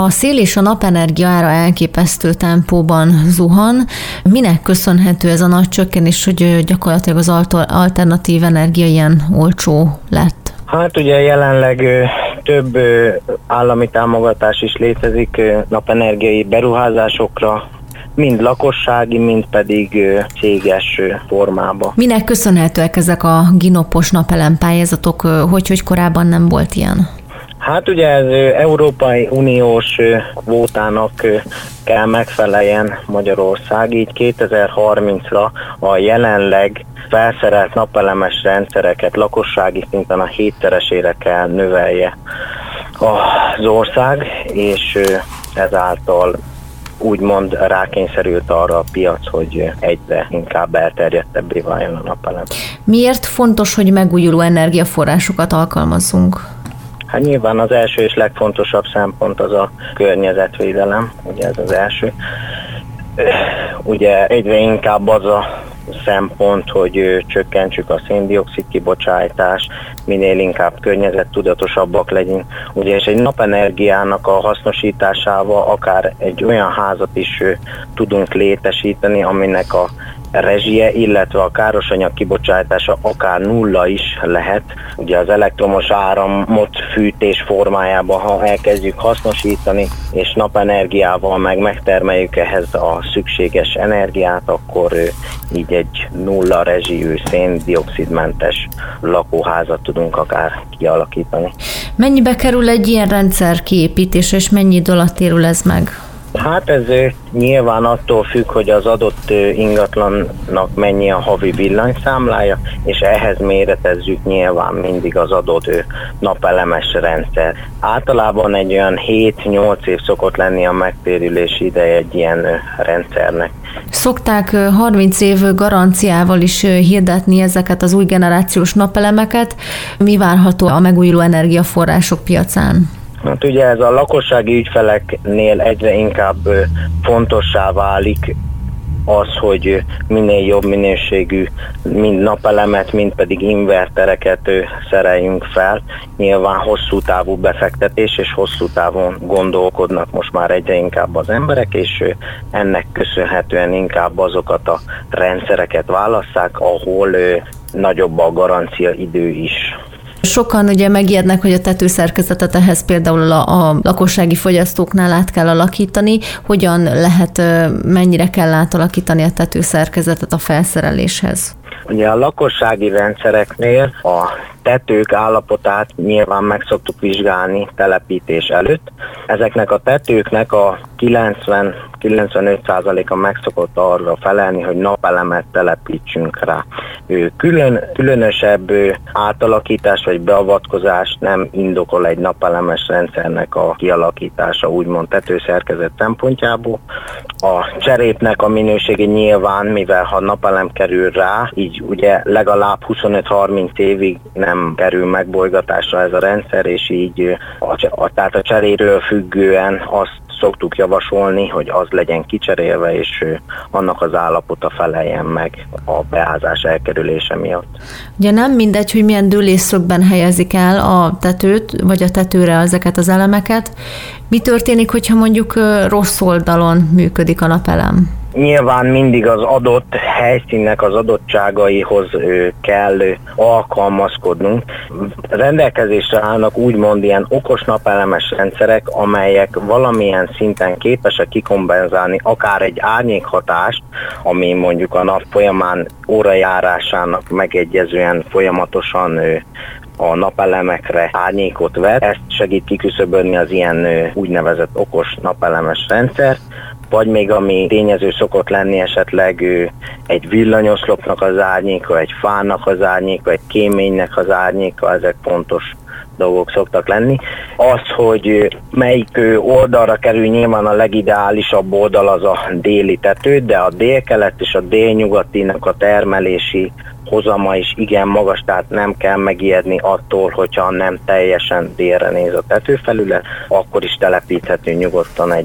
A szél és a napenergia ára elképesztő tempóban zuhan. Minek köszönhető ez a nagy csökkenés, hogy gyakorlatilag az alternatív energia ilyen olcsó lett? Hát ugye jelenleg több állami támogatás is létezik napenergiai beruházásokra, mind lakossági, mind pedig céges formában. Minek köszönhetőek ezek a ginopos napelem pályázatok, hogy korábban nem volt ilyen? Hát ugye ez Európai Uniós kvótának kell megfeleljen Magyarország, így 2030-ra a jelenleg felszerelt napelemes rendszereket lakossági szinten a 7-szeresére kell növelje az ország, és ezáltal úgymond rákényszerült arra a piac, hogy egyre inkább elterjedtebbé váljon a napelem. Miért fontos, hogy megújuló energiaforrásokat alkalmazzunk? Hát nyilván az első és legfontosabb szempont az a környezetvédelem, ugye ez az első. Ugye egyre inkább az a szempont, hogy csökkentsük a szén-dioxid kibocsátást, minél inkább környezettudatosabbak legyünk. Ugye, és egy napenergiának a hasznosításával akár egy olyan házat is tudunk létesíteni, aminek a rezsie, illetve a károsanyag kibocsátása akár nulla is lehet. Ugye az elektromos áramot fűtés formájában, ha elkezdjük hasznosítani, és napenergiával megtermeljük ehhez a szükséges energiát, akkor így egy nulla rezsijű, szén-dioxidmentes lakóházat tudunk akár kialakítani. Mennyibe kerül egy ilyen rendszer kiépítése, és mennyi idő alatt térül ez meg? Hát ez nyilván attól függ, hogy az adott ingatlannak mennyi a havi villanyszámlája, és ehhez méretezzük nyilván mindig az adott napelemes rendszer. Általában egy olyan 7-8 év szokott lenni a megtérülési ideje egy ilyen rendszernek. Szokták 30 év garanciával is hirdetni ezeket az új generációs napelemeket. Mi várható a megújuló energiaforrások piacán? Hát ugye ez a lakossági ügyfeleknél egyre inkább fontossá válik az, hogy minél jobb minőségű mind napelemet, mind pedig invertereket szereljünk fel. Nyilván hosszú távú befektetés és hosszú távon gondolkodnak most már egyre inkább az emberek, és ennek köszönhetően inkább azokat a rendszereket válasszák, ahol nagyobb a garancia idő is. Sokan ugye megijednek, hogy a tetőszerkezetet ehhez például a lakossági fogyasztóknál át kell alakítani. Hogyan lehet, mennyire kell átalakítani a tetőszerkezetet a felszereléshez? Ugye a lakossági rendszereknél a tetők állapotát nyilván meg szoktuk vizsgálni telepítés előtt. Ezeknek a tetőknek a 90-95%-a meg szokott arra felelni, hogy napelemet telepítsünk rá. Különösebb átalakítás vagy beavatkozás nem indokol egy napelemes rendszernek a kialakítása, úgymond tetőszerkezet szempontjából. A cserépnek a minősége nyilván, mivel ha napelem kerül rá, így ugye legalább 25-30 évig nem kerül megbolygatásra ez a rendszer, és így tehát a cseréről függően azt szoktuk javasolni, hogy az legyen kicserélve, és annak az állapota feleljen meg a beázás elkerülése miatt. Ugye nem mindegy, hogy milyen dőlésszögben helyezik el a tetőt, vagy a tetőre ezeket az elemeket. Mi történik, hogyha mondjuk rossz oldalon működik a napelem? Nyilván mindig az adott helyszínnek az adottságaihoz kell alkalmazkodnunk. Rendelkezésre állnak úgymond ilyen okos napelemes rendszerek, amelyek valamilyen szinten képesek kikompenzálni akár egy árnyékhatást, ami mondjuk a nap folyamán órajárásának megegyezően folyamatosan a napelemekre árnyékot vet. Ezt segít kiküszöbölni az ilyen úgynevezett okos napelemes rendszer. Vagy még ami tényező szokott lenni esetleg egy villanyoszlopnak az árnyéka, egy fának az árnyéka, egy kéménynek az árnyéka, ezek fontos dolgok szoktak lenni. Az, hogy melyik oldalra kerül, nyilván a legideálisabb oldal az a déli tető, de a délkelet és a délnyugatinak a termelési hozama is igen magas, tehát nem kell megijedni attól, hogyha nem teljesen délre néz a tetőfelület, akkor is telepíthető nyugodtan egy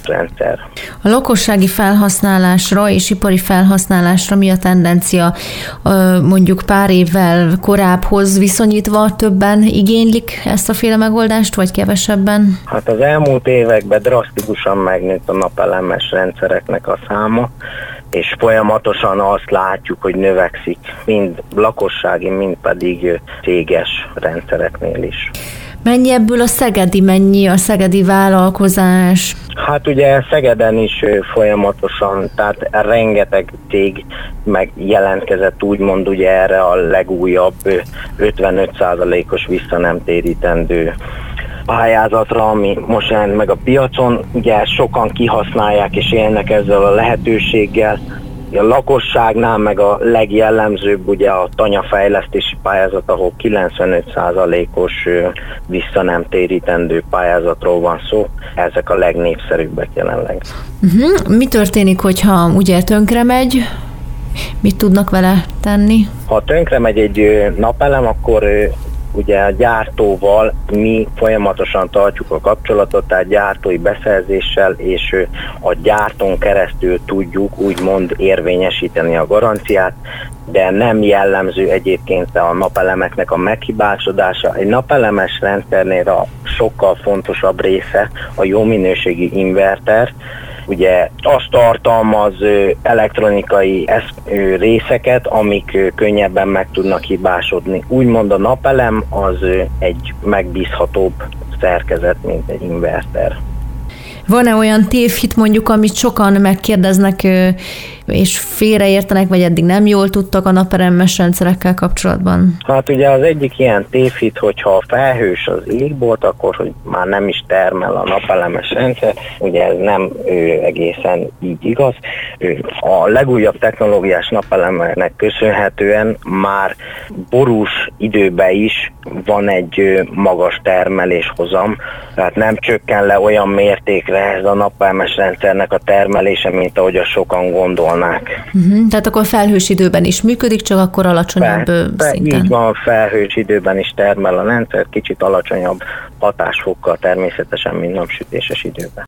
rendszer. A lakossági felhasználásra és ipari felhasználásra mi a tendencia? Mondjuk pár évvel korábbhoz viszonyítva többen igénylik ezt a féle megoldást, vagy kevesebben? Hát az elmúlt években drasztikusan megnőtt a napelemes rendszereknek a száma, és folyamatosan azt látjuk, hogy növekszik mind lakossági, mind pedig céges rendszereknél is. Mennyi ebből mennyi a szegedi vállalkozás? Hát ugye Szegeden is folyamatosan, tehát rengeteg cég megjelentkezett úgymond ugye erre a legújabb 55%-os visszanemtérítendő pályázatra, ami most jelent meg a piacon. Ugye sokan kihasználják és élnek ezzel a lehetőséggel. A lakosságnál meg a legjellemzőbb ugye a tanyafejlesztési pályázat, ahol 95%-os visszanemtérítendő pályázatról van szó. Ezek a legnépszerűbbek jelenleg. Mi történik, hogyha ugye tönkre megy? Mit tudnak vele tenni? Ha tönkre megy egy napelem, akkor ugye a gyártóval mi folyamatosan tartjuk a kapcsolatot, tehát gyártói beszerzéssel, és a gyártón keresztül tudjuk úgymond érvényesíteni a garanciát, de nem jellemző egyébként a napelemeknek a meghibásodása. Egy napelemes rendszernél a sokkal fontosabb része a jó minőségi inverter. Ugye azt tartalmaz elektronikai részeket, amik könnyebben meg tudnak hibásodni. Úgymond a napelem az egy megbízhatóbb szerkezet, mint egy inverter. Van-e olyan tévhit mondjuk, amit sokan megkérdeznek és félreértenek, vagy eddig nem jól tudtak a napelemes rendszerekkel kapcsolatban? Hát ugye az egyik ilyen tévhit, hogyha felhős az égbolt, akkor hogy már nem is termel a napelemes rendszer. Ugye ez nem egészen így igaz. A legújabb technológiás napelemeknek köszönhetően már borús időben is van egy magas termeléshozam, tehát nem csökken le olyan mértékre ez a napelemes rendszernek a termelése, mint ahogy a sokan gondolnak. Tehát akkor felhős időben is működik, csak akkor alacsonyabb szinten. Így van, felhős időben is termel a rendszer, kicsit alacsonyabb hatásfokkal természetesen, mint napsütéses időben.